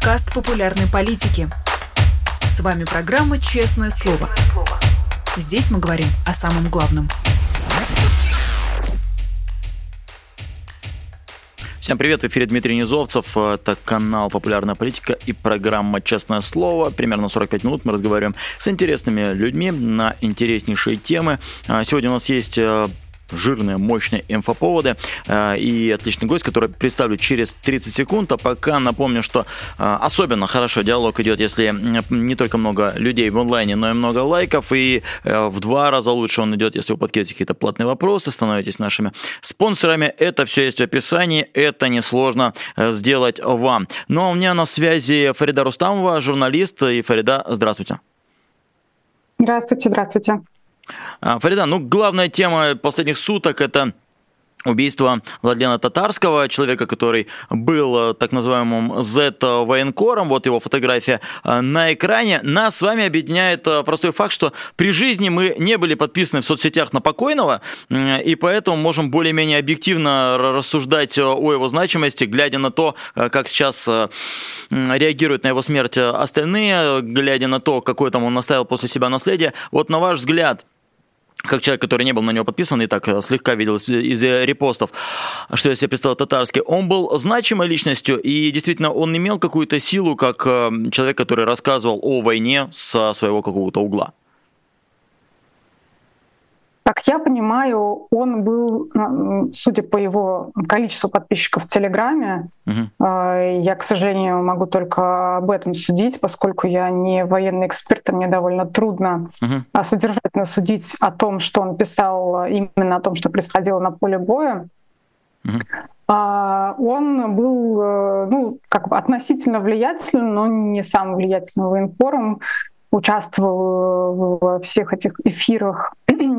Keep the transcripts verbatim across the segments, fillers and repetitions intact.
подкаст популярной политики. С вами программа «Честное слово». Здесь мы говорим о самом главном. Всем привет, в эфире Дмитрий Низовцев, это канал «Популярная политика» и программа «Честное слово». Примерно сорок пять минут мы разговариваем с интересными людьми на интереснейшие темы. Сегодня у нас есть жирные, мощные инфоповоды э, и отличный гость, который представлю через тридцать секунд. А пока напомню, что э, особенно хорошо диалог идет, если не только много людей в онлайне, но и много лайков. И э, в два раза лучше он идет, если вы подкидываете какие-то платные вопросы, становитесь нашими спонсорами. Это все есть в описании, это несложно э, сделать вам. Ну а у меня на связи Фарида Рустамова, журналист. И Фарида, здравствуйте. Здравствуйте, здравствуйте. Фарида, ну главная тема последних суток – это убийство Владлена Татарского, человека, который был так называемым Z-военкором. Вот его фотография на экране. Нас с вами объединяет простой факт, что при жизни мы не были подписаны в соцсетях на покойного, и поэтому можем более-менее объективно рассуждать о его значимости, глядя на то, как сейчас реагируют на его смерть остальные, глядя на то, какое там он оставил после себя наследие. Вот на ваш взгляд, как человек, который не был на него подписан и так слегка видел из, из репостов, что я себе представил Татарский, он был значимой личностью, и действительно он имел какую-то силу, как человек, который рассказывал о войне со своего какого-то угла. Как я понимаю, он был, судя по его количеству подписчиков в Телеграме, uh-huh. я, к сожалению, могу только об этом судить, поскольку я не военный эксперт, и мне довольно трудно uh-huh. содержательно судить о том, что он писал именно о том, что происходило на поле боя. Uh-huh. Он был, ну, как бы относительно влиятельным, но не самым влиятельным военкором, участвовал во всех этих эфирах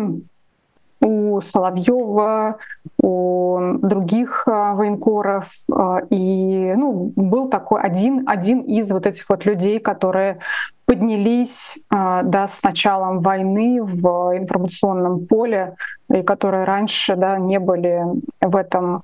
у Соловьева, у других военкоров, и ну, был такой один, один из вот этих вот людей, которые поднялись да, с началом войны в информационном поле, и которые раньше да, не были в этом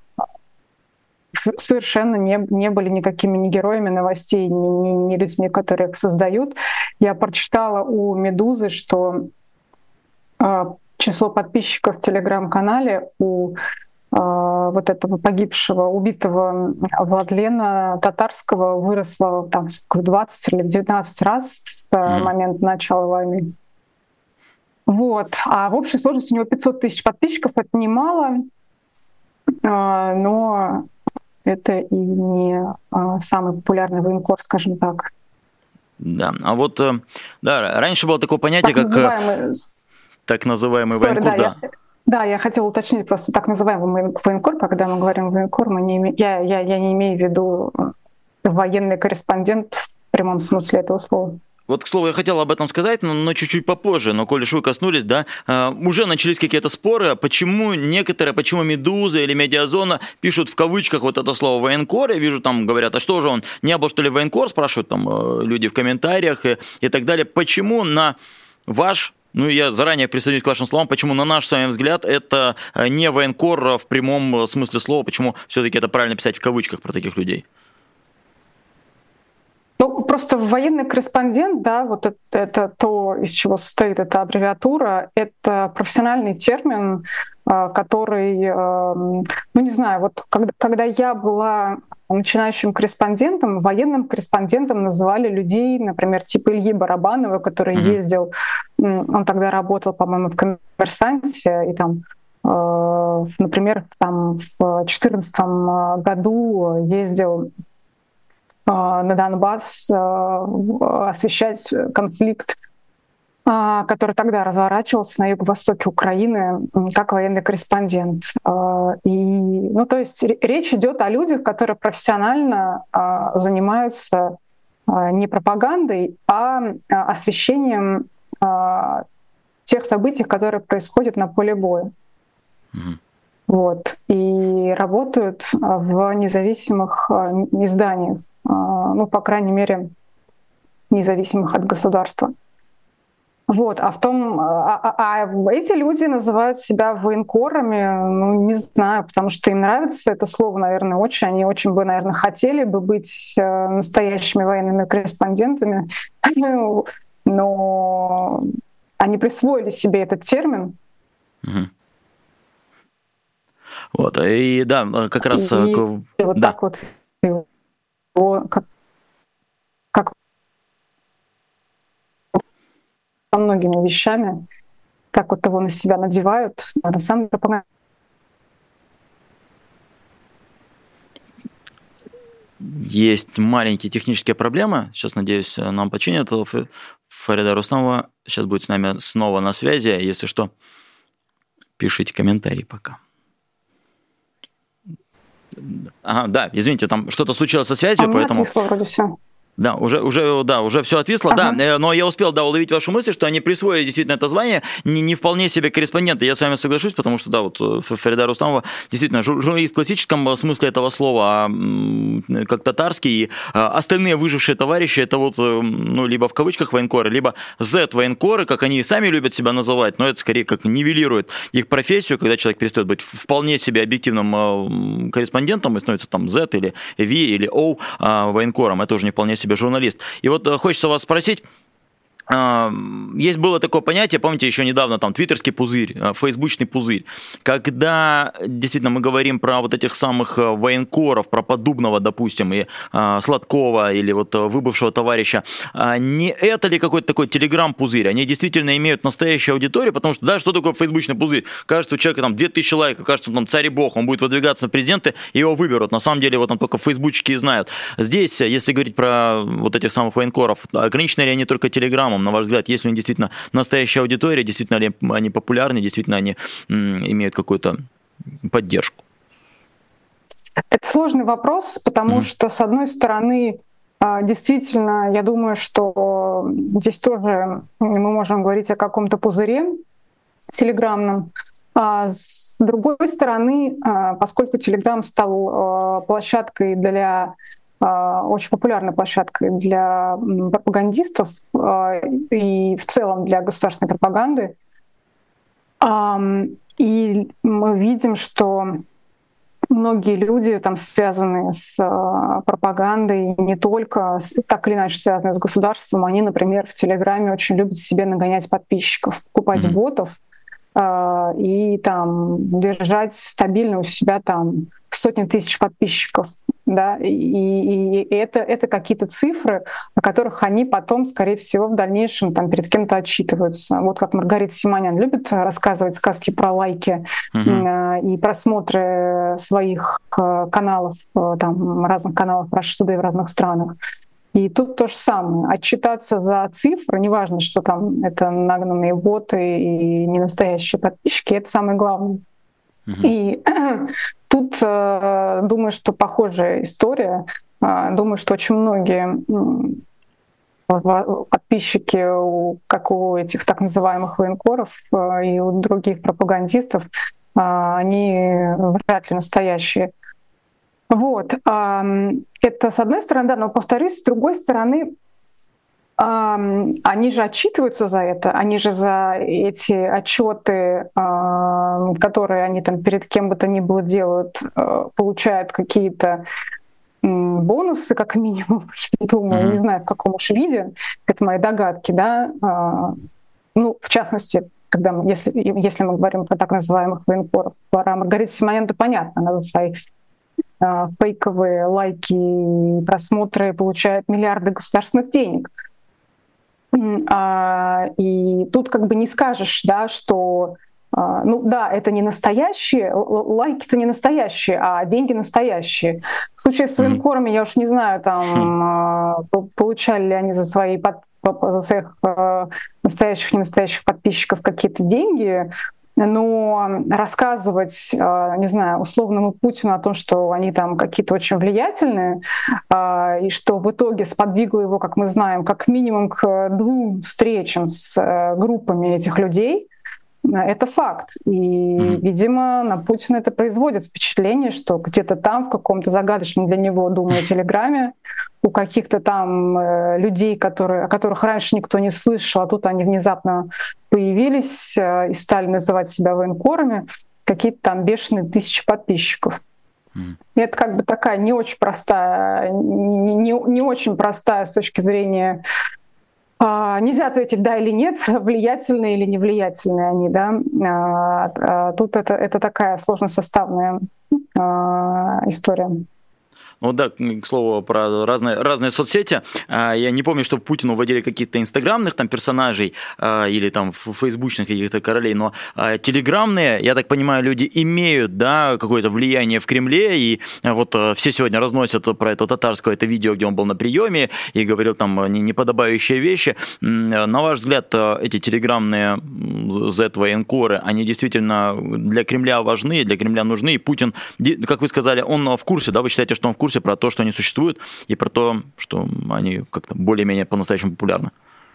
совершенно не, не были никакими ни героями новостей, ни, ни, ни людьми, которые их создают. Я прочитала у «Медузы», что э, число подписчиков в Телеграм-канале у э, вот этого погибшего, убитого Владлена Татарского выросло там, в двадцать или двенадцать раз с mm-hmm. момента начала войны. Вот. А в общей сложности у него пятьсот тысяч подписчиков, это немало, э, но это и не а, самый популярный военкор, скажем так. Да, а вот да, раньше было такое понятие, так как называемый... так называемый Sorry, военкор. Да, да. Я, да, я хотела уточнить просто так называемый военкор, когда мы говорим военкор, мы не име... я, я, я не имею в виду военный корреспондент в прямом смысле этого слова. Вот, к слову, я хотел об этом сказать, но, но чуть-чуть попозже, но коль уж вы коснулись, да, э, уже начались какие-то споры, почему некоторые, почему «Медуза» или «Медиазона» пишут в кавычках вот это слово «военкор», я вижу, там говорят, а что же он, не был, что ли, военкор, спрашивают там э, люди в комментариях и, и так далее. Почему на ваш, ну я заранее присоединюсь к вашим словам, почему на наш с вами взгляд это не военкор в прямом смысле слова, почему все-таки это правильно писать в кавычках про таких людей? Ну, просто военный корреспондент, да, вот это, это то, из чего состоит эта аббревиатура, это профессиональный термин, который, ну, не знаю, вот когда, когда я была начинающим корреспондентом, военным корреспондентом называли людей, например, типа Ильи Барабанова, который mm-hmm. ездил, он тогда работал, по-моему, в «Коммерсанте», и там, например, там в две тысячи четырнадцатом году ездил на Донбасс освещать конфликт, который тогда разворачивался на юго-востоке Украины, как военный корреспондент. И, ну, то есть речь идет о людях, которые профессионально занимаются не пропагандой, а освещением тех событий, которые происходят на поле боя. Mm-hmm. Вот. И работают в независимых изданиях. Ну, по крайней мере, независимых от государства. Вот, а в том, а, а, а эти люди называют себя военкорами, ну, не знаю, потому что им нравится это слово, наверное, очень. Они очень бы, наверное, хотели бы быть настоящими военными корреспондентами, но они присвоили себе этот термин. Угу. Вот, и да, как раз... И, и вот да. так вот его, как, как со многими вещами, как вот его на себя надевают, а на самом деле пропаганда. Есть маленькие технические проблемы. Сейчас, надеюсь, нам починят. Фарида Рустамова сейчас будет с нами снова на связи. Если что, пишите комментарии пока. Ага, да, извините, там что-то случилось со связью, а поэтому... Отвисло вроде все. Да, уже, уже, да, уже все отвисло, ага. Да, но я успел, да, уловить вашу мысль, что они присвоили действительно это звание, не, не вполне себе корреспонденты, я с вами соглашусь, потому что, да, вот Фарида Рустамова действительно журналист в классическом смысле этого слова, как татарский, и остальные выжившие товарищи, это вот, ну, либо в кавычках военкоры, либо Z-военкоры, как они и сами любят себя называть, но это скорее как нивелирует их профессию, когда человек перестает быть вполне себе объективным корреспондентом и становится там Z или V или O военкором, это уже не вполне себе журналист. И вот хочется вас спросить, есть было такое понятие, помните, еще недавно там твиттерский пузырь, фейсбучный пузырь, когда действительно мы говорим про вот этих самых военкоров, про Поддубного, допустим, и Сладкова или вот выбывшего товарища, не это ли какой-то такой телеграм-пузырь? Они действительно имеют настоящую аудиторию, потому что, да, что такое фейсбучный пузырь? Кажется, у человека там две тысячи лайков, кажется, он там царь и бог, он будет выдвигаться на президенты, и его выберут. На самом деле, вот там только фейсбучки и знают. Здесь, если говорить про вот этих самых военкоров, ограничены ли они только телеграммом? На ваш взгляд, есть ли у них действительно настоящая аудитория, действительно ли они популярны, действительно они м, имеют какую-то поддержку? Это сложный вопрос, потому mm-hmm. что, с одной стороны, действительно, я думаю, что здесь тоже мы можем говорить о каком-то пузыре телеграммном. А с другой стороны, поскольку Телеграм стал площадкой для очень популярной площадкой для пропагандистов и в целом для государственной пропаганды. И мы видим, что многие люди, там, связанные с пропагандой, не только так или иначе связанные с государством, они, например, в Телеграме очень любят себе нагонять подписчиков, покупать mm-hmm. ботов и там держать стабильно у себя там сотни тысяч подписчиков. Да, и, и, и это, это какие-то цифры, о которых они потом, скорее всего, в дальнейшем там, перед кем-то отчитываются. Вот как Маргарита Симонян любит рассказывать сказки про лайки uh-huh. и просмотры своих каналов, там, разных каналов Russia Today в разных странах. И тут то же самое. Отчитаться за цифры, неважно, что там это нагнанные боты и не настоящие подписчики, это самое главное. Uh-huh. И тут э, думаю, что похожая история. Э, думаю, что очень многие э, подписчики, у, как у этих так называемых военкоров э, и у других пропагандистов, э, они вряд ли настоящие. Вот. Э, это с одной стороны, да, но повторюсь, с другой стороны, они же отчитываются за это, они же за эти отчеты, которые они там перед кем бы то ни было делают, получают какие-то бонусы, как минимум, я думаю, mm-hmm. не знаю, в каком уж виде, это мои догадки, да. Ну, в частности, когда мы, если, если мы говорим про так называемых военкоров, про Маргариту Симонян, то понятно, она за свои фейковые лайки и просмотры получает миллиарды государственных денег. И тут как бы не скажешь, да, что, ну да, это не настоящие, лайки-то не настоящие, а деньги настоящие. В случае с военкорами я уж не знаю, там, получали ли они за, свои, за своих настоящих, ненастоящих подписчиков какие-то деньги, но рассказывать, не знаю, условному Путину о том, что они там какие-то очень влиятельные, и что в итоге сподвигло его, как мы знаем, как минимум к двум встречам с группами этих людей, Это факт. И, mm-hmm. видимо, на Путина это производит впечатление, что где-то там, в каком-то загадочном для него, думаю, телеграме, у каких-то там э, людей, которые, о которых раньше никто не слышал, а тут они внезапно появились э, и стали называть себя военкорами, какие-то там бешеные тысячи подписчиков. Mm-hmm. И это как бы такая не очень простая, не, не, не очень простая с точки зрения... Нельзя ответить да или нет, влиятельные или невлиятельные они, да. Тут это, это такая сложносоставная история. Ну да, к слову, про разные, разные соцсети. Я не помню, что Путину вводили каких-то инстаграмных там персонажей или там фейсбучных каких-то королей, но телеграмные, я так понимаю, люди имеют, да, какое-то влияние в Кремле, и вот все сегодня разносят про это Татарского, это видео, где он был на приеме и говорил там неподобающие вещи. На ваш взгляд, эти телеграмные зет-военкоры, они действительно для Кремля важны, для Кремля нужны, и Путин, как вы сказали, он в курсе, да, вы считаете, что он в курсе про то, что они существуют, и про то, что они как-то более-менее по-настоящему популярны?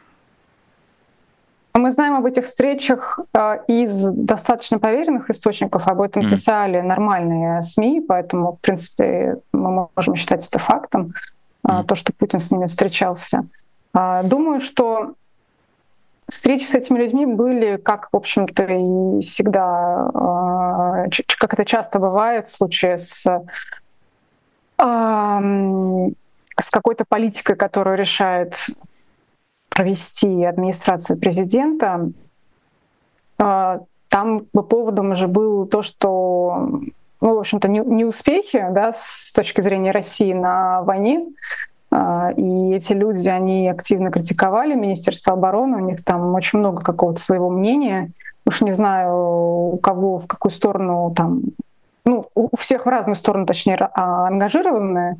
Мы знаем об этих встречах из достаточно проверенных источников, об этом mm-hmm. писали нормальные СМИ, поэтому, в принципе, мы можем считать это фактом, mm-hmm. то, что Путин с ними встречался. Думаю, что встречи с этими людьми были, как, в общем-то, и всегда, как это часто бывает в случае с с какой-то политикой, которую решает провести администрация президента. Там поводом уже было то, что, ну, в общем-то, неуспехи, да, с точки зрения России на войне. И эти люди, они активно критиковали Министерство обороны, у них там очень много какого-то своего мнения. Уж не знаю, у кого, в какую сторону там... Ну, у всех в разную сторону, точнее, ангажированные,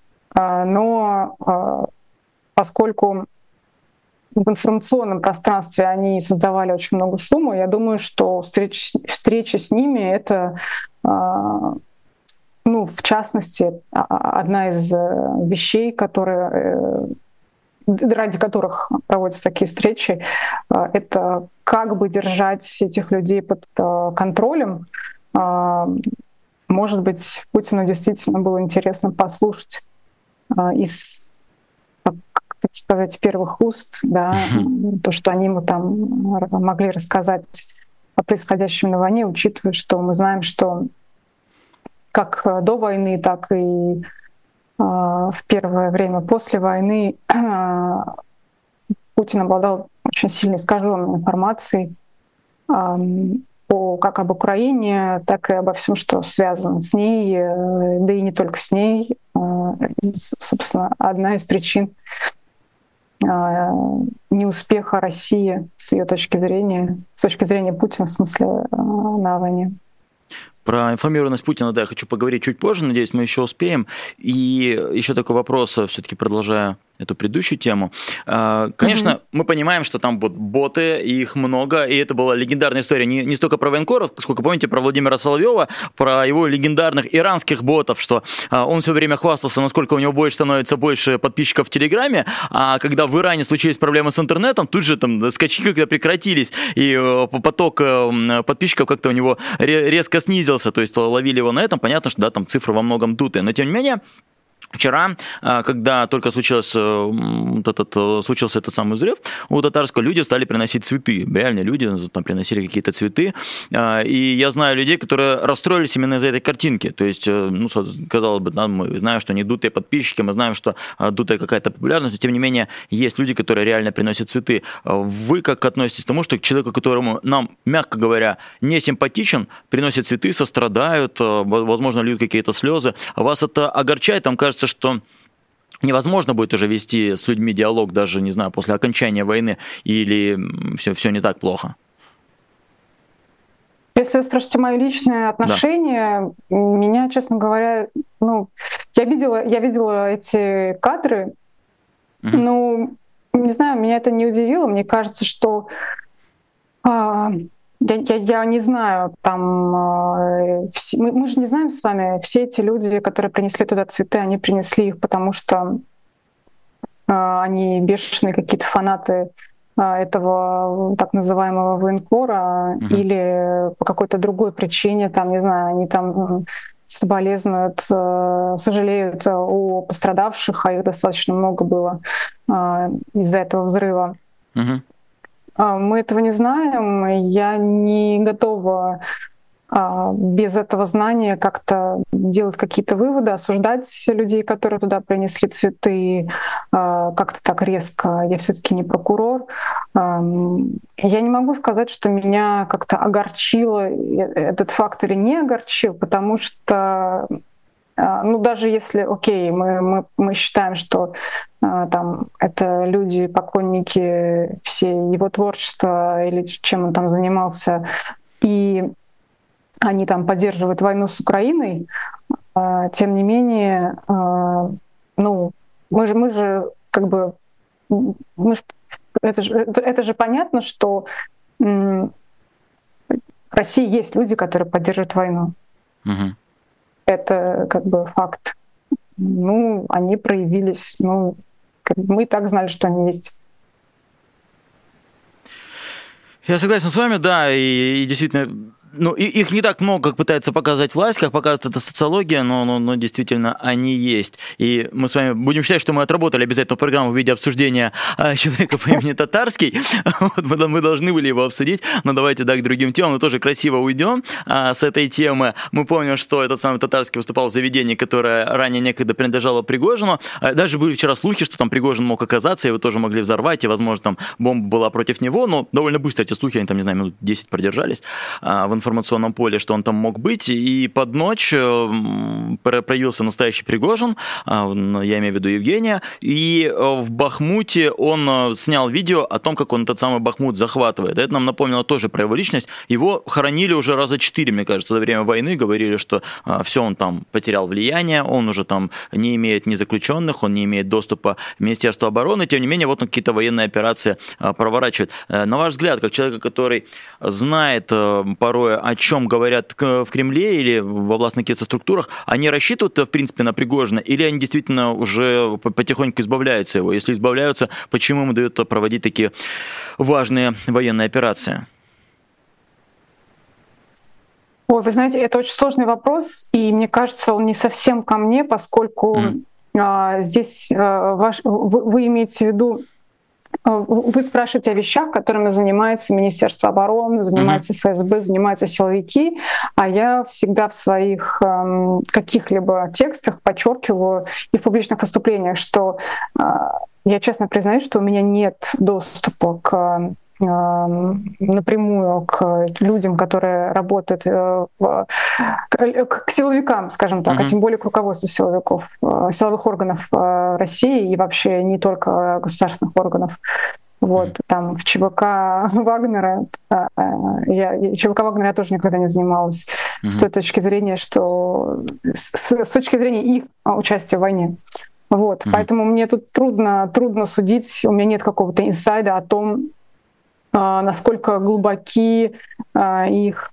но поскольку в информационном пространстве они создавали очень много шума, я думаю, что встреча, встреча с ними — это, ну, в частности, одна из вещей, которые, ради которых проводятся такие встречи, это как бы держать этих людей под контролем. Может быть, Путину действительно было интересно послушать э, из, так сказать, первых уст, да, mm-hmm. то, что они ему там могли рассказать о происходящем на войне, учитывая, что мы знаем, что как до войны, так и э, в первое время после войны э, Путин обладал очень сильно искаженной информацией, э, О, как об Украине, так и обо всем, что связано с ней, да и не только с ней. Собственно, одна из причин неуспеха России с ее точки зрения, с точки зрения Путина, в смысле, на войне. Про информированность Путина, да, я хочу поговорить чуть позже, надеюсь, мы еще успеем. И еще такой вопрос, все-таки продолжая эту предыдущую тему. Конечно, mm-hmm. мы понимаем, что там вот боты, их много, и это была легендарная история не, не столько про военкоров, сколько, помните, про Владимира Соловьева, про его легендарных иранских ботов, что он все время хвастался, насколько у него больше становится больше подписчиков в Телеграме, а когда в Иране случились проблемы с интернетом, тут же там скачки как-то прекратились, и поток подписчиков как-то у него резко снизился, то есть ловили его на этом, понятно, что да, там цифры во многом дутые, но тем не менее, вчера, когда только случилось, вот этот, случился этот самый взрыв у Татарского, люди стали приносить цветы. Реально люди там приносили какие-то цветы. И я знаю людей, которые расстроились именно из-за этой картинки. То есть, ну, казалось бы, да, мы знаем, что они дутые подписчики, мы знаем, что дутая какая-то популярность, но тем не менее есть люди, которые реально приносят цветы. Вы как относитесь к тому, что человеку, которому нам, мягко говоря, не симпатичен, приносят цветы, сострадают, возможно, льют какие-то слезы. Вас это огорчает? Там кажется, что невозможно будет уже вести с людьми диалог даже, не знаю, после окончания войны, или все, все не так плохо? Если вы спрашиваете мое личное отношение, да. Меня, честно говоря, ну, я видела, я видела эти кадры, угу. Ну, не знаю, меня это не удивило. Мне кажется, что а, Я, я, я не знаю, там э, все, мы, мы же не знаем с вами, все эти люди, которые принесли туда цветы, они принесли их, потому что э, они бешеные какие-то фанаты этого так называемого военкора, mm-hmm. или по какой-то другой причине, там, не знаю, они там соболезнуют, сожалеют о пострадавших, а их достаточно много было из-за этого взрыва. Mm-hmm. Мы этого не знаем, я не готова без этого знания как-то делать какие-то выводы, осуждать людей, которые туда принесли цветы, как-то так резко. Я все-таки не прокурор. Я не могу сказать, что меня как-то огорчило этот факт или не огорчил, потому что, ну, даже если, окей, мы, мы, мы считаем, что там это люди, поклонники всей его творчества или чем он там занимался, и они там поддерживают войну с Украиной, тем не менее, ну, мы же, мы же как бы, мы же, это, же, это, это же понятно, что в России есть люди, которые поддерживают войну. Угу. Это как бы факт. Ну, они проявились, ну, как бы мы и так знали, что они есть. Я согласен с вами, да, и, и действительно... Ну, их не так много, как пытается показать власть, как показывает эта социология, но, но, но действительно они есть. И мы с вами будем считать, что мы отработали обязательно программу в виде обсуждения человека по имени Татарский. Вот, мы должны были его обсудить, но давайте, да, к другим темам, но тоже красиво уйдем а, с этой темы. Мы помним, что этот самый Татарский выступал в заведении, которое ранее некогда принадлежало Пригожину. Даже были вчера слухи, что там Пригожин мог оказаться, его тоже могли взорвать, и, возможно, там бомба была против него, но довольно быстро эти слухи, они там, не знаю, минут десять продержались а, в информационном поле, что он там мог быть, и под ночь проявился настоящий Пригожин, я имею в виду Евгения, и в Бахмуте он снял видео о том, как он этот самый Бахмут захватывает. Это нам напомнило тоже про его личность. Его хоронили уже раза четыре, мне кажется, за время войны, говорили, что все, он там потерял влияние, он уже там не имеет ни заключенных, он не имеет доступа в Министерство обороны, тем не менее, вот он какие-то военные операции проворачивает. На ваш взгляд, как человека, который знает порой, о чем говорят в Кремле или во властных каких-то структурах, они рассчитывают, в принципе, на Пригожина, или они действительно уже потихоньку избавляются его? Если избавляются, почему ему дают проводить такие важные военные операции? Ой, вы знаете, это очень сложный вопрос, и мне кажется, он не совсем ко мне, поскольку mm. а, здесь а, ваш, вы, вы имеете в виду, вы спрашиваете о вещах, которыми занимается Министерство обороны, занимается mm-hmm. эф эс бэ, занимаются силовики, а я всегда в своих э, каких-либо текстах подчеркиваю и в публичных выступлениях, что э, я честно признаюсь, что у меня нет доступа к напрямую к людям, которые работают в, к силовикам, скажем так, mm-hmm. а тем более к руководству силовиков, силовых органов России и вообще не только государственных органов. Вот, mm-hmm. там в ЧВК Вагнера, я, ЧВК Вагнера я тоже никогда не занималась mm-hmm. с той точки зрения, что с, с точки зрения их участия в войне. Вот, mm-hmm. поэтому мне тут трудно, трудно судить, у меня нет какого-то инсайда о том, насколько глубоки их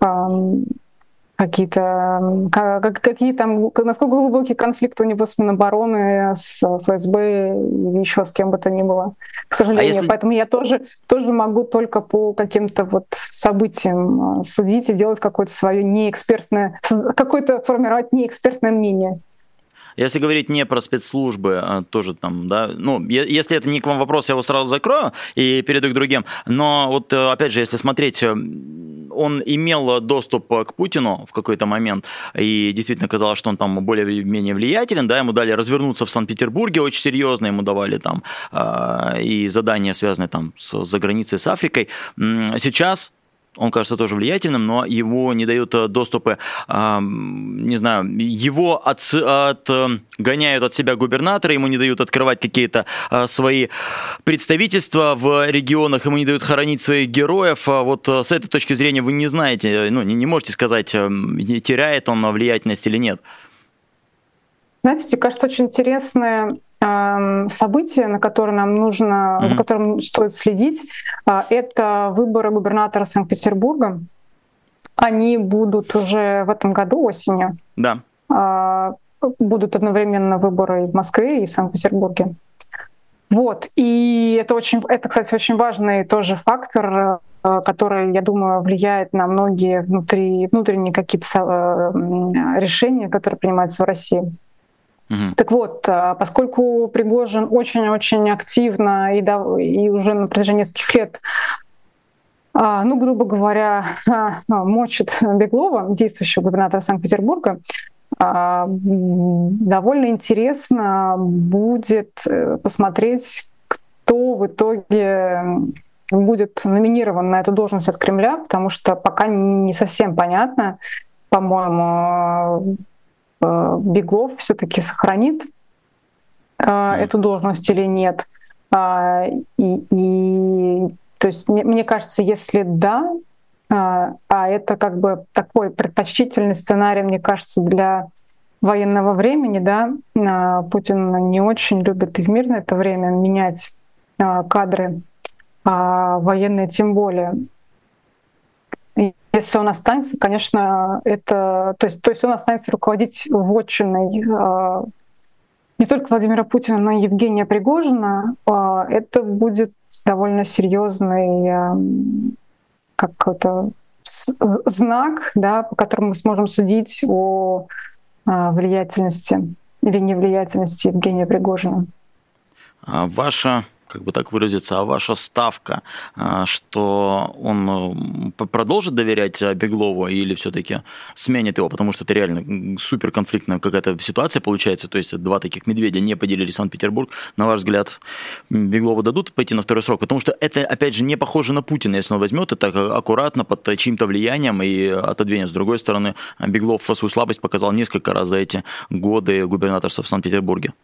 какие-то, какие там, насколько глубокий конфликт у него с Минобороны, с эф эс бэ или еще с кем бы то ни было, к сожалению. А если... Поэтому я тоже, тоже могу только по каким-то вот событиям судить и делать какое-то свое неэкспертное, какое-то формировать неэкспертное мнение. Если говорить не про спецслужбы, а тоже там, да, ну, если это не к вам вопрос, я его сразу закрою и перейду к другим, но вот опять же, если смотреть, он имел доступ к Путину в какой-то момент, и действительно казалось, что он там более-менее влиятелен, да, ему дали развернуться в Санкт-Петербурге очень серьезно, ему давали там и задания, связанные там с заграницей, с Африкой. Сейчас он кажется тоже влиятельным, но его не дают доступы, э, не знаю, его от, отгоняют от себя губернаторы, ему не дают открывать какие-то э, свои представительства в регионах, ему не дают хоронить своих героев. Вот с этой точки зрения вы не знаете, ну, не, не можете сказать, теряет он влиятельность или нет. Знаете, мне кажется, очень интересное событие, на которое нам нужно, mm-hmm. за которым стоит следить, это выборы губернатора Санкт-Петербурга. Они будут уже в этом году осенью. Да. Будут одновременно выборы и в Москве, и в Санкт-Петербурге. Вот, и это, очень, это, кстати, очень важный тоже фактор, который, я думаю, влияет на многие внутри, внутренние какие-то решения, которые принимаются в России. Mm-hmm. Так вот, поскольку Пригожин очень-очень активно и, да, и уже на протяжении нескольких лет, ну, грубо говоря, мочит Беглова, действующего губернатора Санкт-Петербурга, довольно интересно будет посмотреть, кто в итоге будет номинирован на эту должность от Кремля, потому что пока не совсем понятно, по-моему, Беглов все-таки сохранит эту должность или нет. И, и то есть мне, мне кажется, если да, а это как бы такой предпочтительный сценарий, мне кажется, для военного времени, да, Путин не очень любит и в мирное это время менять кадры, а военные тем более. И если он останется, конечно, это, то есть, то есть он останется руководить вотчиной не только Владимира Путина, но и Евгения Пригожина, это будет довольно серьезный какой-то знак, да, по которому мы сможем судить о влиятельности или невлиятельности Евгения Пригожина. А ваша, как бы так выразиться, а ваша ставка, что он продолжит доверять Беглову или все-таки сменит его, потому что это реально суперконфликтная какая-то ситуация получается, то есть два таких медведя не поделили Санкт-Петербург. На ваш взгляд, Беглову дадут пойти на второй срок? Потому что это, опять же, не похоже на Путина, если он возьмет это аккуратно, под чьим-то влиянием и отодвинет. С другой стороны, Беглов свою слабость показал несколько раз за эти годы губернаторства в Санкт-Петербурге.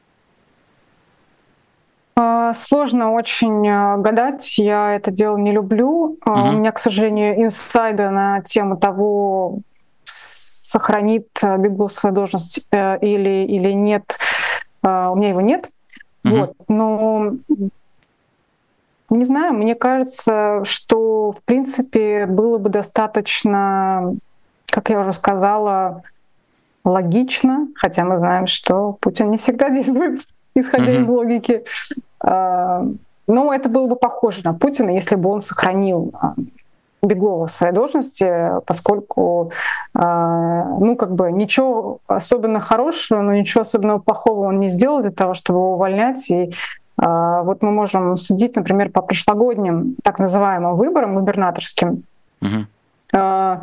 Сложно очень гадать, я это дело не люблю. Uh-huh. У меня, к сожалению, инсайда на тему того, сохранит Беглов свою должность или, или нет, у меня его нет. Uh-huh. Вот. Но не знаю, мне кажется, что в принципе было бы достаточно, как я уже сказала, логично, хотя мы знаем, что Путин не всегда действует исходя mm-hmm. из логики. Но это было бы похоже на Путина, если бы он сохранил Беглова в своей должности, поскольку ну, как бы ничего особенно хорошего, но ничего особенного плохого он не сделал для того, чтобы его увольнять. И вот мы можем судить, например, по прошлогодним так называемым выборам губернаторским. Mm-hmm.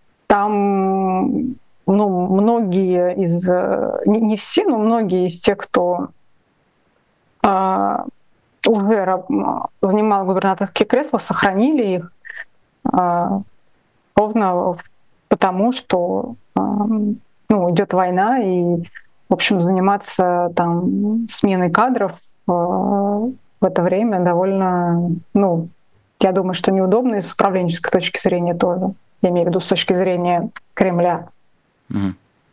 Там ну, многие из, не, не все, но многие из тех, кто Uh, уже занимал губернаторские кресла, сохранили их uh, ровно потому, что uh, ну, идет война, и, в общем, заниматься там сменой кадров uh, в это время довольно, ну, я думаю, что неудобно и с управленческой точки зрения тоже. Я имею в виду с точки зрения Кремля. Mm-hmm.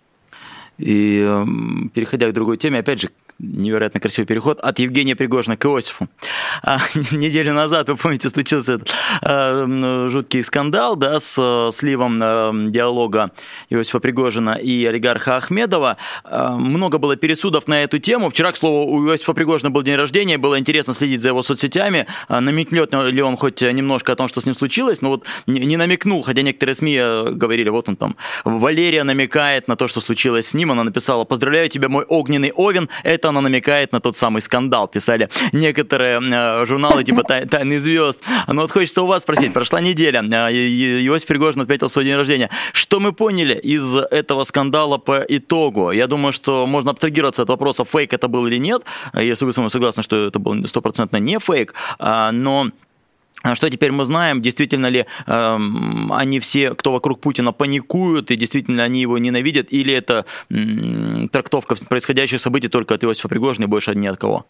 И переходя к другой теме, опять же, невероятно красивый переход от Евгения Пригожина к Иосифу. А, неделю назад, вы помните, случился этот а, жуткий скандал, да, с сливом а, диалога Иосифа Пригожина и олигарха Ахмедова. А, много было пересудов на эту тему. Вчера, к слову, у Иосифа Пригожина был день рождения, было интересно следить за его соцсетями. А, намекнет ли он хоть немножко о том, что с ним случилось, но вот не, не намекнул, хотя некоторые СМИ говорили, вот он там, Валерия намекает на то, что случилось с ним. Она написала: «Поздравляю тебя, мой огненный Овен». Это она намекает на тот самый скандал, писали некоторые э, журналы типа «Тайны звезд». Но вот хочется у вас спросить, прошла неделя, Иосиф Пригожин отметил свой день рождения. Что мы поняли из этого скандала по итогу? Я думаю, что можно абстрагироваться от вопроса, фейк это был или нет, если вы со мной согласны, что это был стопроцентно не фейк, но... Что теперь мы знаем? Действительно ли э, они все, кто вокруг Путина, паникуют, и действительно они его ненавидят, или это м, трактовка происходящих событий только от Иосифа Пригожина и больше ни от кого?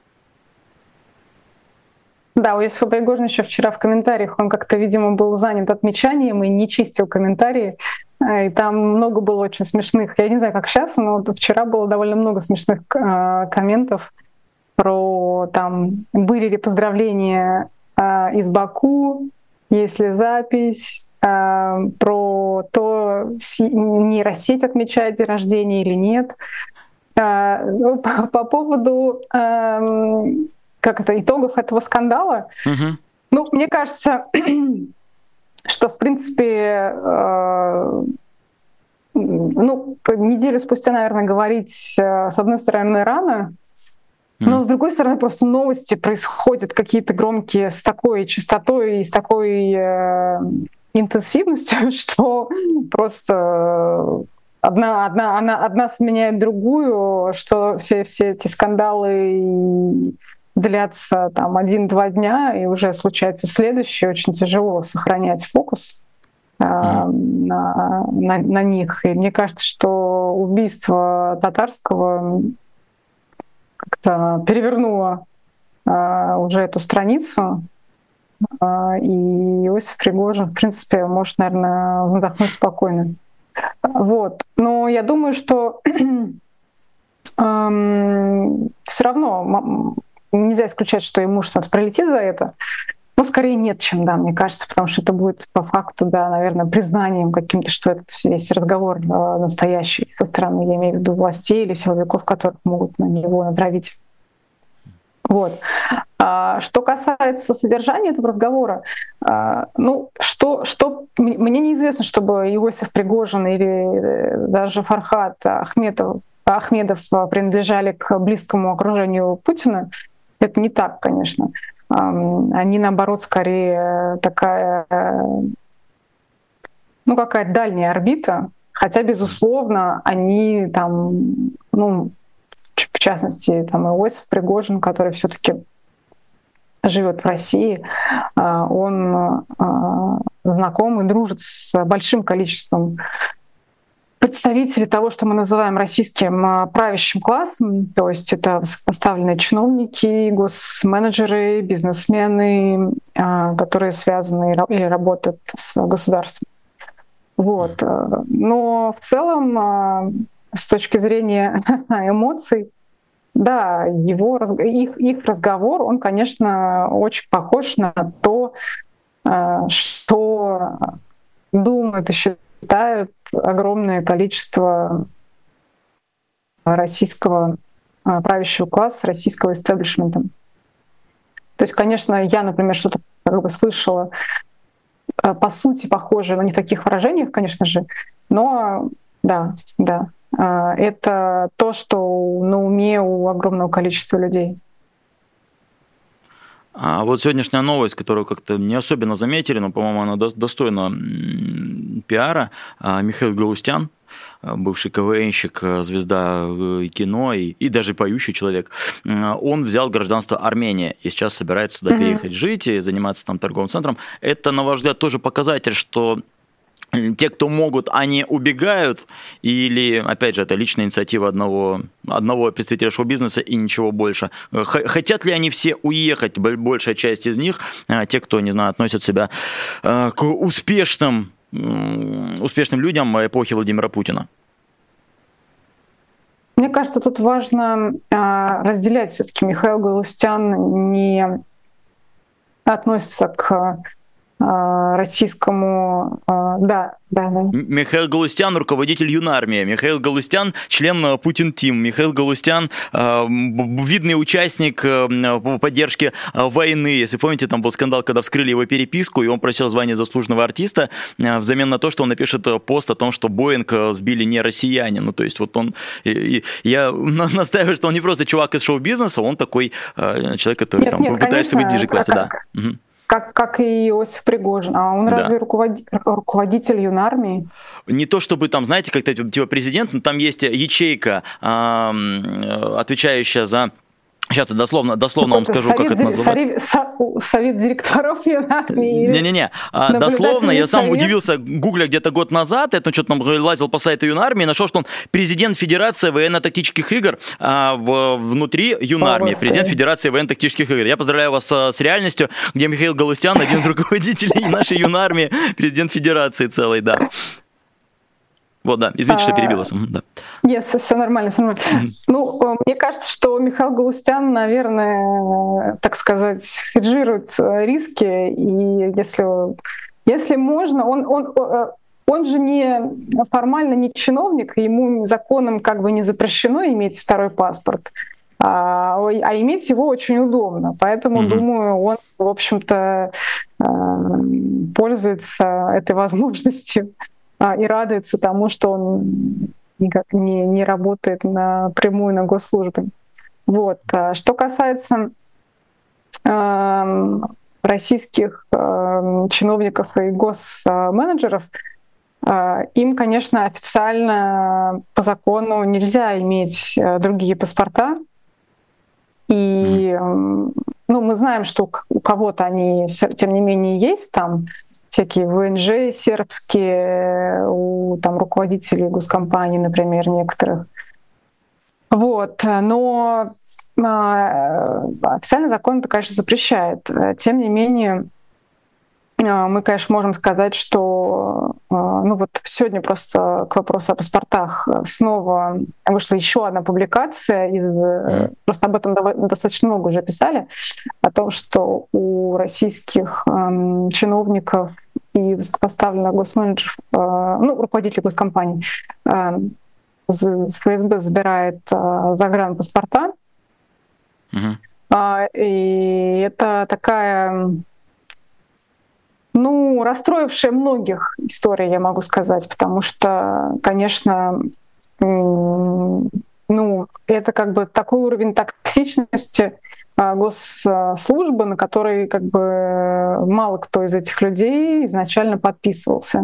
Да, у Иосифа Пригожина еще вчера в комментариях, он как-то, видимо, был занят отмечанием и не чистил комментарии. И там много было очень смешных, я не знаю, как сейчас, но вчера было довольно много смешных э, комментов про, там, были ли поздравления из Баку, есть ли запись, э, про то, нейросеть отмечает день рождения или нет. По, по поводу эм, как это, итогов этого скандала, Угу. ну, мне кажется, что, в принципе, э, ну, неделю спустя, наверное, говорить, э, с одной стороны, рано, но, с другой стороны, просто новости происходят какие-то громкие с такой частотой и с такой э, интенсивностью, что просто одна, одна, одна, одна сменяет другую, что все, все эти скандалы длятся там один-два дня, и уже случается следующее. Очень тяжело сохранять фокус э, mm. на, на, на них. И мне кажется, что убийство Татарского как-то перевернула а, уже эту страницу, а, и Иосиф Пригожин, в принципе, может, наверное, вздохнуть спокойно. Вот. Но я думаю, что эм, все равно нельзя исключать, что ему что-то прилетит за это. Но скорее нет, чем да, мне кажется, потому что это будет по факту, да, наверное, признанием каким-то, что этот весь разговор э, настоящий со стороны, я имею в виду, властей или силовиков, которые могут на него натравить. Вот. А, что касается содержания этого разговора, а, ну, что, что мне неизвестно, чтобы Иосиф Пригожин или даже Фархад Ахмедов, Ахмедов принадлежали к близкому окружению Путина. Это не так, конечно. Они, наоборот, скорее такая, ну, какая-то дальняя орбита, хотя, безусловно, они там, ну, в частности, там Иосиф Пригожин, который все-таки живет в России, он знаком и дружит с большим количеством представители того, что мы называем российским правящим классом, то есть это высокопоставленные чиновники, госменеджеры, бизнесмены, которые связаны или работают с государством. Вот. Но в целом, с точки зрения эмоций, да, его, их, их разговор, он, конечно, очень похож на то, что думают и считают огромное количество российского правящего класса, российского истеблишмента. То есть, конечно, я, например, что-то как бы слышала по сути похожее, но не в таких выражениях, конечно же, но да, да, это то, что на уме у огромного количества людей. А вот сегодняшняя новость, которую как-то не особенно заметили, но, по-моему, она достойна пиара. Михаил Галустян, бывший КВНщик, звезда кино и, и даже поющий человек, он взял гражданство Армении и сейчас собирается туда mm-hmm. переехать жить и заниматься там торговым центром. Это, на ваш взгляд, тоже показатель, что те, кто могут, они убегают, или, опять же, это личная инициатива одного, одного представителя шоу-бизнеса и ничего больше. Хотят ли они все уехать, большая часть из них, те, кто, не знаю, относят себя к успешным, успешным людям эпохи Владимира Путина? Мне кажется, тут важно разделять все-таки. Михаил Галустян не относится к российскому, да, да, да. Михаил Галустян, руководитель Юнармии, Михаил Галустян, член Путин-тим, Михаил Галустян, видный участник поддержки войны. Если помните, там был скандал, когда вскрыли его переписку, и он просил звание заслуженного артиста взамен на то, что он напишет пост о том, что Боинг сбили не россияне. Ну, то есть вот он, и, и я настаиваю, что он не просто чувак из шоу-бизнеса, он такой человек, который нет, там, нет, пытается быть ближе к власти. Да. Угу. Как, как и Иосиф Пригожин. А он да. разве руководитель, руководитель Юнармии? Не то чтобы там, знаете, как-то типа президент, но там есть ячейка, э, отвечающая за... Сейчас я дословно, дословно вам скажу, как это называется. Совет, совет директоров Юнармии. Не-не-не, дословно, я сам совет. удивился, гугля где-то год назад, это что-то там лазил по сайту Юнармии, нашел, что он президент Федерации военно-тактических игр а, в, внутри Юнармии, президент Федерации военно-тактических игр. Я поздравляю вас с, с реальностью, где Михаил Галустян, один из руководителей нашей Юнармии, президент Федерации целой, да. Вот, да, извините, что перебила. Да. Нет, все нормально, все нормально. Ну, мне кажется, что Михаил Галустян, наверное, так сказать, хеджирует риски, и если, если можно, он, он, он же не формально не чиновник, ему законом как бы не запрещено иметь второй паспорт, а, а иметь его очень удобно. Поэтому, mm-hmm. думаю, он, в общем-то, пользуется этой возможностью и радуется тому, что он никак не, не работает напрямую на госслужбе. Вот. Что касается э, российских э, чиновников и госменеджеров, э, им, конечно, официально по закону нельзя иметь другие паспорта. И э, ну, мы знаем, что у кого-то они, тем не менее, есть там всякие вэ эн жэ сербские, у там, руководителей госкомпаний, например, некоторых. Вот. Но э, официальный закон это, конечно, запрещает. Тем не менее, э, мы, конечно, можем сказать, что э, ну вот сегодня просто к вопросу о паспортах снова вышла еще одна публикация из... Mm. Просто об этом достаточно много уже писали, о том, что у российских э, чиновников и высокопоставленных госменеджеров, э, ну, руководителей госкомпаний, э, с эф эс бэ забирает э, загранпаспорта. Uh-huh. Э, и это такая, ну, расстроившая многих история, я могу сказать, потому что, конечно, э, ну, это как бы такой уровень токсичности госслужбы, на который как бы мало кто из этих людей изначально подписывался.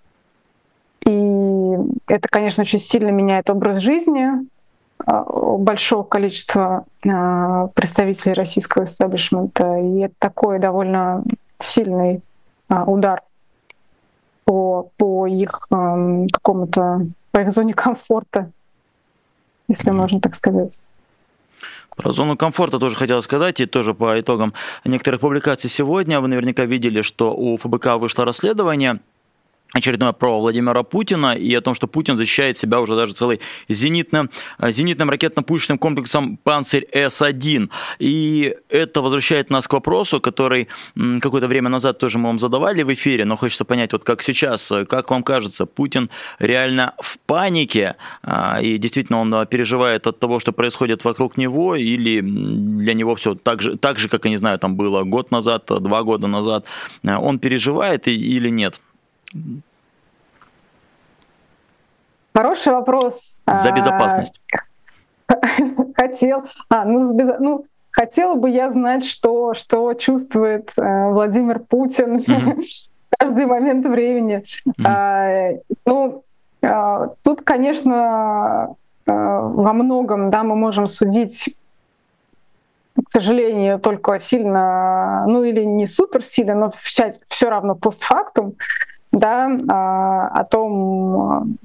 И это, конечно, очень сильно меняет образ жизни большого количества представителей российского истеблишмента. И это такой довольно сильный удар по, по их какому-то, по их зоне комфорта, если можно так сказать. Про зону комфорта тоже хотел сказать, и тоже по итогам некоторых публикаций сегодня вы наверняка видели, что у эф бэ ка вышло расследование очередное про Владимира Путина и о том, что Путин защищает себя уже даже целым зенитным, зенитным ракетно-пушечным комплексом «Панцирь эс один». И это возвращает нас к вопросу, который какое-то время назад тоже мы вам задавали в эфире, но хочется понять, вот как сейчас, как вам кажется, Путин реально в панике и действительно он переживает от того, что происходит вокруг него, или для него все так же, так же, как, я не знаю, там было год назад, два года назад, он переживает или нет? Хороший вопрос. За безопасность. Хотел, а, ну, ну, хотела бы я знать, что, что чувствует э, Владимир Путин mm-hmm. в каждый момент времени. Mm-hmm. А, ну, а, тут, конечно, а, во многом, да, мы можем судить, к сожалению, только сильно, ну или не супер сильно, но вся, все равно постфактум, да, а, о том,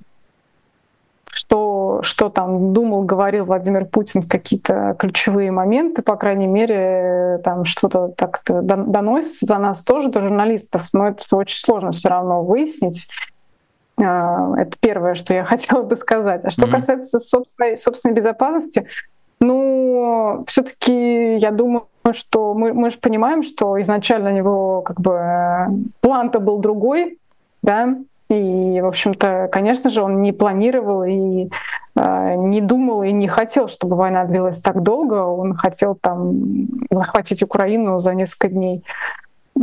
что, что там думал, говорил Владимир Путин в какие-то ключевые моменты, по крайней мере, там что-то так-то доносится до нас тоже, до журналистов, но это очень сложно все равно выяснить. А, это первое, что я хотела бы сказать. А что mm-hmm. касается собственной, собственной безопасности, ну, все-таки я думаю, что мы, мы же понимаем, что изначально у него как бы план-то был другой, да, и, в общем-то, конечно же, он не планировал и э, не думал и не хотел, чтобы война длилась так долго. Он хотел там захватить Украину за несколько дней. И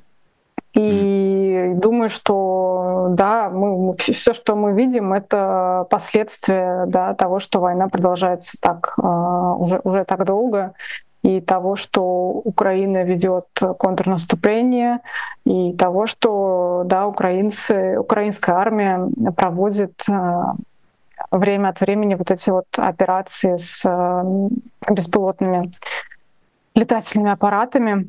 mm. думаю, что да, мы, все, что мы видим, это последствия, да, того, что война продолжается так э, уже, уже так долго. И того, что Украина ведет контрнаступление, и того, что да, украинцы, украинская армия проводит э, время от времени вот эти вот операции с э, беспилотными летательными аппаратами.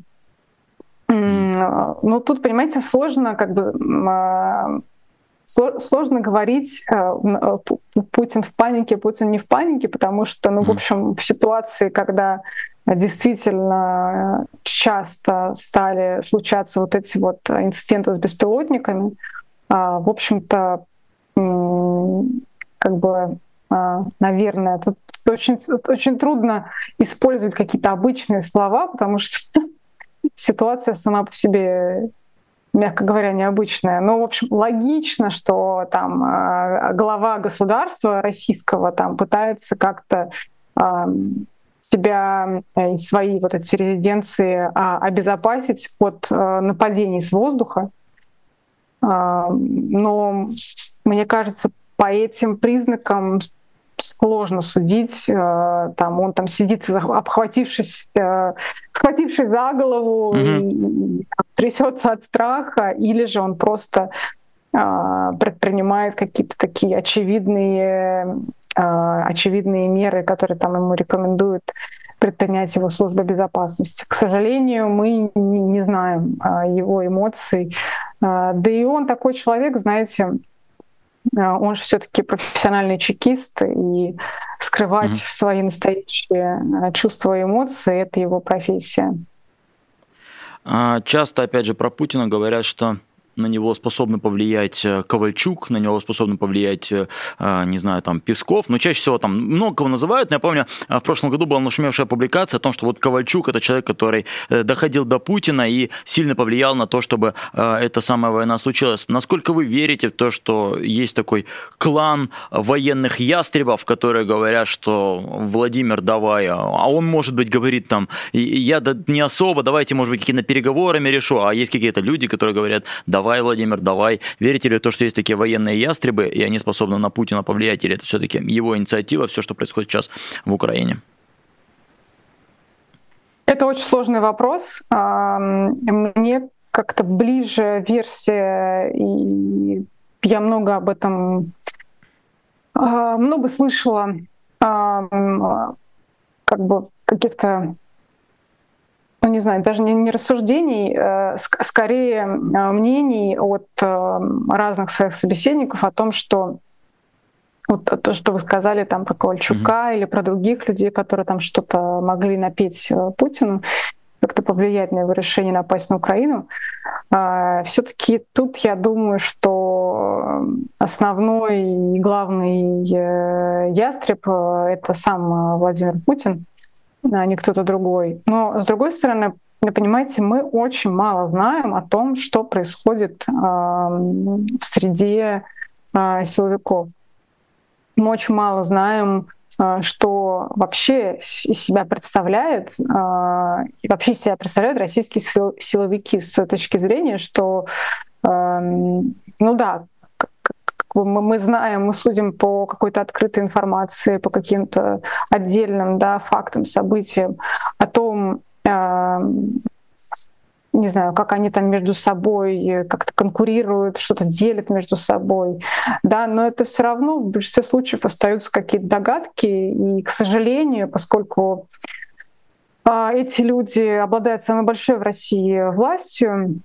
Ну тут, понимаете, сложно как бы э, сложно говорить э, Путин в панике, Путин не в панике, потому что, ну, в общем, в ситуации, когда действительно часто стали случаться вот эти вот инциденты с беспилотниками, в общем-то, как бы, наверное, тут очень, очень трудно использовать какие-то обычные слова, потому что ситуация сама по себе мягко говоря, необычное. Но, в общем, логично, что там глава государства российского там пытается как-то себя и свои вот эти резиденции обезопасить от нападений с воздуха. Но мне кажется, по этим признакам сложно судить. Там он там сидит, обхватившись, схватившись за голову, mm-hmm. и трясется от страха, или же он просто предпринимает какие-то такие очевидные, очевидные меры, которые там ему рекомендуют предпринять его служба безопасности. К сожалению, мы не знаем его эмоций. Да и он такой человек, знаете, он же все-таки профессиональный чекист, и скрывать mm-hmm. свои настоящие чувства и эмоции — это его профессия. Часто, опять же, про Путина говорят, что на него способны повлиять Ковальчук, на него способны повлиять, не знаю, там, Песков, но чаще всего там много кого называют. Но я помню, в прошлом году была нашумевшая публикация о том, что вот Ковальчук — это человек, который доходил до Путина и сильно повлиял на то, чтобы эта самая война случилась. Насколько вы верите в то, что есть такой клан военных ястребов, которые говорят, что Владимир, давай, а он, может быть, говорит там, я да не особо, давайте, может быть, какими-то переговорами решу, а есть какие-то люди, которые говорят, давай, Давай, Владимир, давай. Верите ли в то, что есть такие военные ястребы, и они способны на Путина повлиять, или это все-таки его инициатива, все, что происходит сейчас в Украине? Это очень сложный вопрос. Мне как-то ближе версия, и я много об этом, много слышала, как бы каких-то, ну, не знаю, даже не, не рассуждений, э, скорее э, мнений от э, разных своих собеседников о том, что вот то, что вы сказали там про Ковальчука mm-hmm. или про других людей, которые там что-то могли напеть э, Путину, как-то повлиять на его решение напасть на Украину. Э, все-таки тут я думаю, что основной и главный э, ястреб э, — это сам Владимир Путин, а не кто-то другой. Но, с другой стороны, вы понимаете, мы очень мало знаем о том, что происходит э, в среде э, силовиков. Мы очень мало знаем, э, что вообще из себя представляет, э, и вообще из себя представляют российские сил, силовики с той точки зрения, что, э, ну да, мы знаем, мы судим по какой-то открытой информации, по каким-то отдельным, да, фактам, событиям, о том, э, не знаю, как они там между собой как-то конкурируют, что-то делят между собой, да, но это все равно в большинстве случаев остаются какие-то догадки, и, к сожалению, поскольку э, эти люди обладают самой большой в России властью,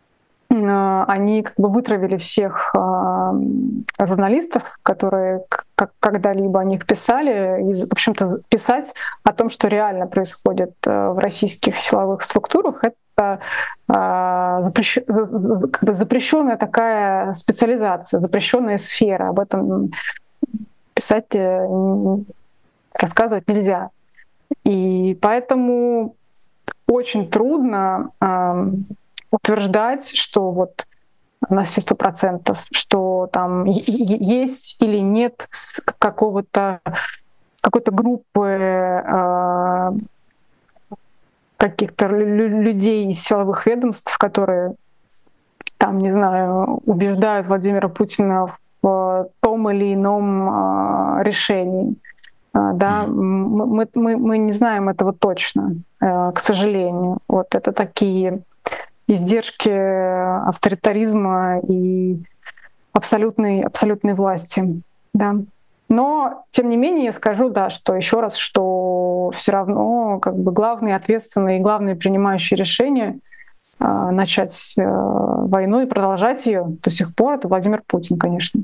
они как бы вытравили всех э, журналистов, которые как когда-либо о них писали, и, в общем-то, писать о том, что реально происходит э, в российских силовых структурах, это э, запрещ... как бы запрещенная такая специализация, запрещенная сфера. Об этом писать, э, рассказывать нельзя. И поэтому очень трудно э, утверждать, что вот на все сто процентов, что там есть или нет какого-то какой-то группы э, каких-то людей из силовых ведомств, которые там, не знаю, убеждают Владимира Путина в том или ином э, решении. Э, да, мы, мы, мы не знаем этого точно, э, к сожалению. Вот это такие издержки авторитаризма и абсолютной, абсолютной власти. Да. Но, тем не менее, я скажу, да, что еще раз, что все равно как бы главный ответственный и главный принимающий решение э, начать э, войну и продолжать ее до сих пор — это Владимир Путин, конечно.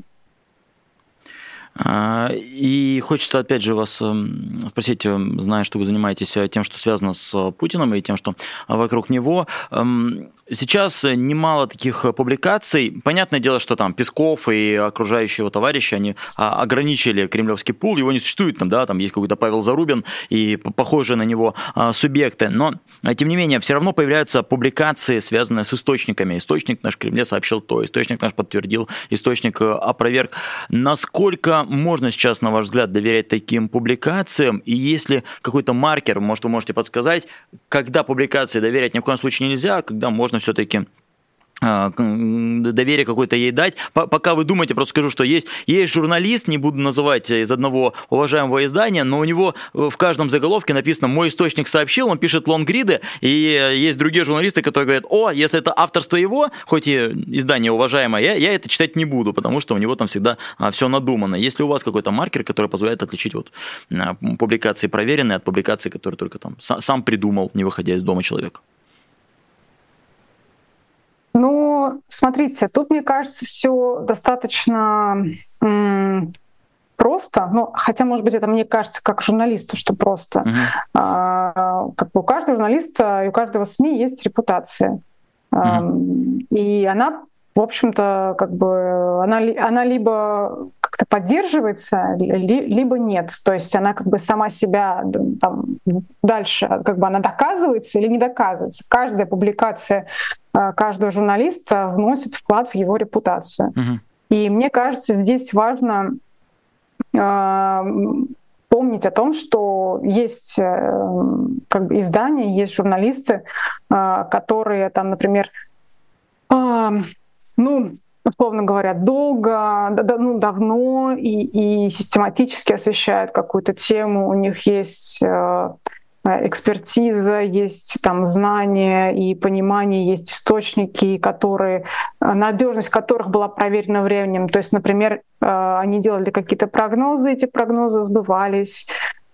И хочется, опять же, вас спросить, зная, что вы занимаетесь тем, что связано с Путиным и тем, что вокруг него. сейчас немало таких публикаций. Понятное дело, что там Песков и окружающие его товарищи, они ограничили кремлевский пул, его не существует, там, да, там есть какой-то Павел Зарубин и похожие на него субъекты, но, тем не менее, все равно появляются публикации, связанные с источниками. Источник наш в Кремле сообщил то, источник наш подтвердил, источник опроверг. Насколько можно сейчас, на ваш взгляд, доверять таким публикациям, и есть ли какой-то маркер, может, вы можете подсказать, когда публикации доверять ни в коем случае нельзя, а когда можно все-таки доверие какое-то ей дать. Пока вы думаете, просто скажу, что есть, есть журналист, не буду называть из одного уважаемого издания, но у него в каждом заголовке написано «Мой источник сообщил», он пишет лонгриды, и есть другие журналисты, которые говорят: «О, если это авторство его, хоть и издание уважаемое, я, я это читать не буду, потому что у него там всегда все надумано». Есть ли у вас какой-то маркер, который позволяет отличить вот публикации проверенные от публикаций, которые только там сам придумал, не выходя из дома человека? Ну, смотрите, тут, мне кажется, все достаточно м- просто. Ну, хотя, может быть, это мне кажется как журналисту, что просто. Uh-huh. А, как бы у каждого журналиста и у каждого СМИ есть репутация. Uh-huh. А, и она, в общем-то, как бы она, она либо как-то поддерживается, ли, либо нет. То есть она как бы сама себя там, дальше, как бы она доказывается или не доказывается. Каждая публикация каждого журналиста вносит вклад в его репутацию. Uh-huh. И мне кажется, здесь важно э, помнить о том, что есть э, как бы издания, есть журналисты, э, которые там, например, э, ну, условно говоря, долго, да, ну, давно и, и систематически освещают какую-то тему, у них есть э, экспертиза, есть там знания и понимание, есть источники, которые, надежность которых была проверена временем. То есть, например, они делали какие-то прогнозы, эти прогнозы сбывались,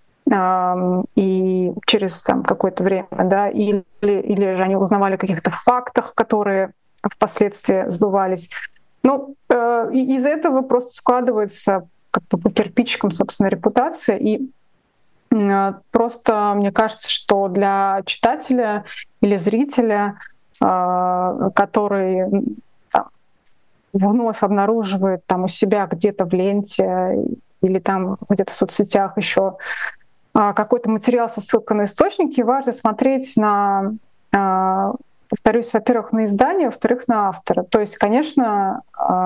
и через там, какое-то время, да, или, или же они узнавали о каких-то фактах, которые впоследствии сбывались. Ну, из этого просто складывается как-то по кирпичикам, собственно, репутация. И просто мне кажется, что для читателя или зрителя, который там, вновь обнаруживает там, у себя где-то в ленте или там где-то в соцсетях еще какой-то материал со ссылкой на источники, важно смотреть на, повторюсь, во-первых, на издание, во-вторых, на автора. То есть, конечно,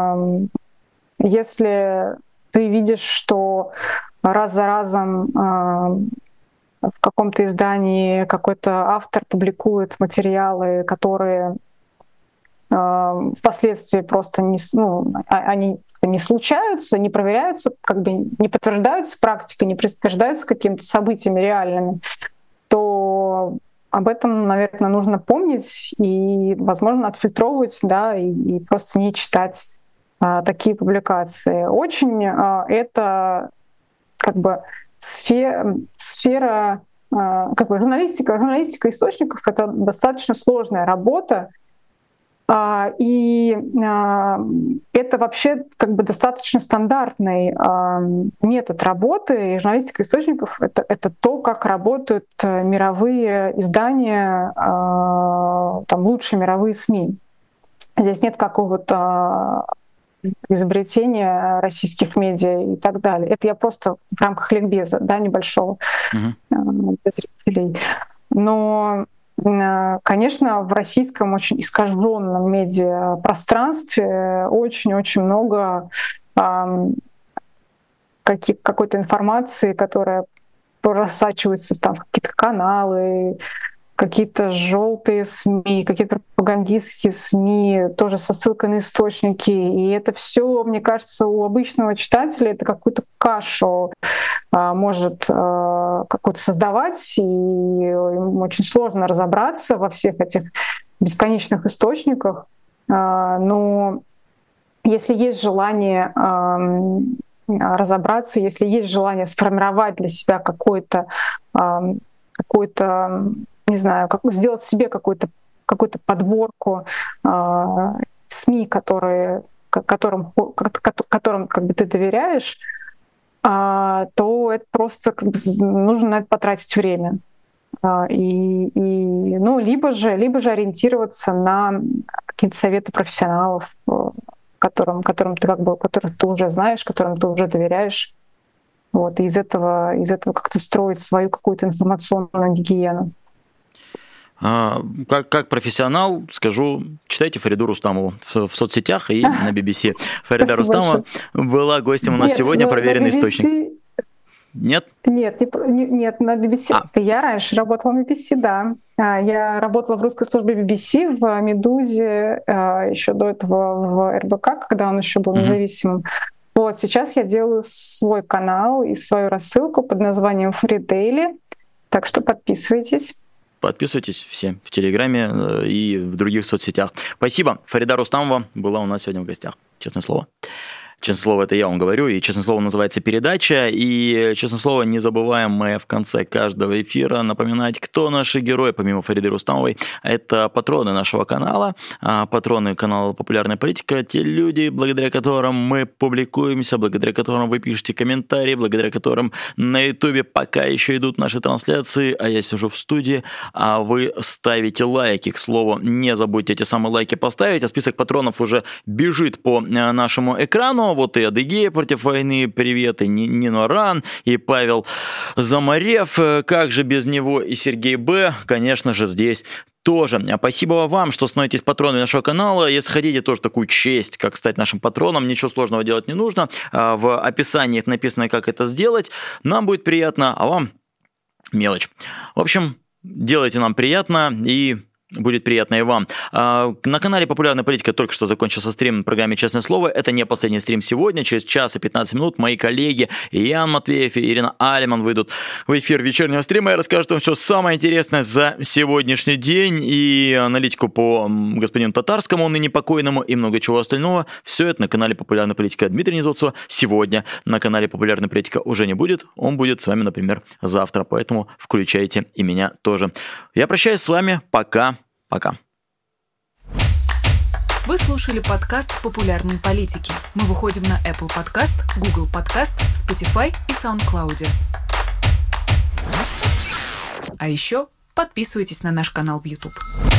если ты видишь, что раз за разом э, в каком-то издании какой-то автор публикует материалы, которые э, впоследствии просто не, ну, они не случаются, не проверяются, как бы не подтверждаются практикой, не подтверждаются какими-то событиями реальными, то об этом, наверное, нужно помнить и, возможно, отфильтровывать, да, и, и просто не читать э, такие публикации. Очень э, это как бы сфера, сфера как бы журналистика, журналистика источников — это достаточно сложная работа, и это вообще как бы достаточно стандартный метод работы. И журналистика источников — это, это то, как работают мировые издания, там, лучшие мировые СМИ. Здесь нет какого-то изобретения российских медиа и так далее. Это я просто в рамках ликбеза, да, небольшого, uh-huh. для зрителей. Но, конечно, в российском очень искаженном медиапространстве очень-очень много э, какой-то информации, которая просачивается там в какие-то каналы, какие-то желтые СМИ, какие-то пропагандистские СМИ, тоже со ссылкой на источники. И это все, мне кажется, у обычного читателя это какую-то кашу а, может а, какую-то создавать, и ему очень сложно разобраться во всех этих бесконечных источниках. А, но если есть желание а, разобраться, если есть желание сформировать для себя какой-то, а, какой-то не знаю, как сделать себе какую-то, какую-то подборку э, СМИ, которые, которым, которым как бы ты доверяешь, э, то это просто как бы, нужно на это потратить время. И, и, ну, либо же, либо же ориентироваться на какие-то советы профессионалов, которым, которым ты как бы, которых ты уже знаешь, которым ты уже доверяешь. Вот, и из этого, из этого как-то строить свою какую-то информационную гигиену. А, как, как профессионал скажу, читайте Фариду Рустамову в, в соцсетях и на би би си. Фарида Рустамова была гостем у нас Нет, сегодня, проверенный би би си... источник. Нет? Нет, не, нет, на би би си. А. Я раньше работала на би би си, да. Я работала в русской службе би би си, в «Медузе», еще до этого в эр бэ ка, когда он еще был независимым. Mm-hmm. Вот, сейчас я делаю свой канал и свою рассылку под названием Free Daily, так что подписывайтесь. Подписывайтесь все в Телеграме и в других соцсетях. Спасибо. Фарида Рустамова была у нас сегодня в гостях. Честное слово. Честное слово, это я вам говорю, и честное слово называется передача, и честное слово, не забываем мы в конце каждого эфира напоминать, кто наши герои, помимо Фариды Рустамовой. Это патроны нашего канала, патроны канала «Популярная политика», те люди, благодаря которым мы публикуемся, благодаря которым вы пишете комментарии, благодаря которым на Ютубе пока еще идут наши трансляции, а я сижу в студии, а вы ставите лайки. К слову, не забудьте эти самые лайки поставить, а список патронов уже бежит по нашему экрану. Вот и Адыгея против войны, привет, и Нино Ран, и Павел Замарев, как же без него, и Сергей Б, конечно же, здесь тоже. Спасибо вам, что становитесь патронами нашего канала. Если хотите тоже такую честь, как стать нашим патроном, ничего сложного делать не нужно. В описании написано, как это сделать. Нам будет приятно, а вам мелочь. В общем, делайте нам приятно и... будет приятно и вам. На канале «Популярная политика» только что закончился стрим в программе «Честное слово». Это не последний стрим сегодня. Через час и пятнадцать минут мои коллеги Ян Матвеев и Ирина Алиман выйдут в эфир вечернего стрима и расскажут вам все самое интересное за сегодняшний день и аналитику по господину Татарскому, ныне покойному, и много чего остального. Все это на канале «Популярная политика» Дмитрия Низовцева. Сегодня на канале «Популярная политика» уже не будет. Он будет с вами, например, завтра. Поэтому включайте и меня тоже. Я прощаюсь с вами. Пока. Пока. Вы слушали подкаст «Популярной политики». Мы выходим на Apple Podcast, Google Podcast, Spotify и SoundCloud. А еще подписывайтесь на наш канал в YouTube.